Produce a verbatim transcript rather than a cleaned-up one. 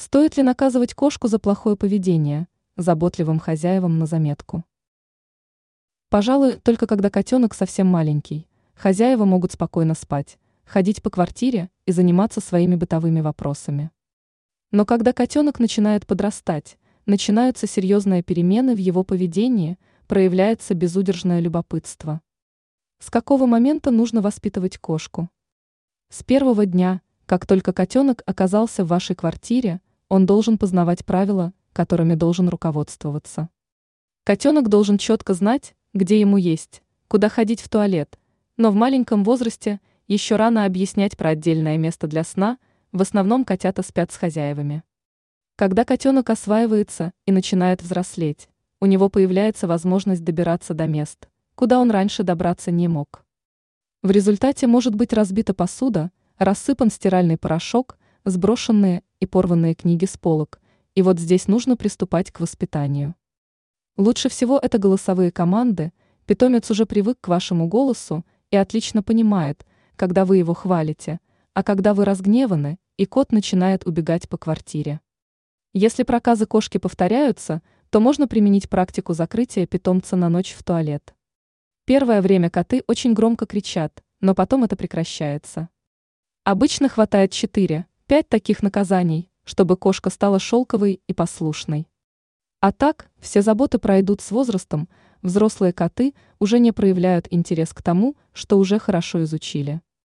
Стоит ли наказывать кошку за плохое поведение? Заботливым хозяевам на заметку. Пожалуй, только когда котенок совсем маленький, хозяева могут спокойно спать, ходить по квартире и заниматься своими бытовыми вопросами. Но когда котенок начинает подрастать, начинаются серьезные перемены в его поведении, проявляется безудержное любопытство. С какого момента нужно воспитывать кошку? С первого дня, как только котенок оказался в вашей квартире, он должен познавать правила, которыми должен руководствоваться. Котенок должен четко знать, где ему есть, куда ходить в туалет, но в маленьком возрасте еще рано объяснять про отдельное место для сна, в основном котята спят с хозяевами. Когда котенок осваивается и начинает взрослеть, у него появляется возможность добираться до мест, куда он раньше добраться не мог. В результате может быть разбита посуда, рассыпан стиральный порошок, сброшенные и порванные книги с полок, и вот здесь нужно приступать к воспитанию. Лучше всего это голосовые команды, питомец уже привык к вашему голосу и отлично понимает, когда вы его хвалите, а когда вы разгневаны, и кот начинает убегать по квартире. Если проказы кошки повторяются, то можно применить практику закрытия питомца на ночь в туалет. Первое время коты очень громко кричат, но потом это прекращается. Обычно хватает четыре-пять таких наказаний, чтобы кошка стала шелковой и послушной. А так, все заботы пройдут с возрастом, взрослые коты уже не проявляют интерес к тому, что уже хорошо изучили.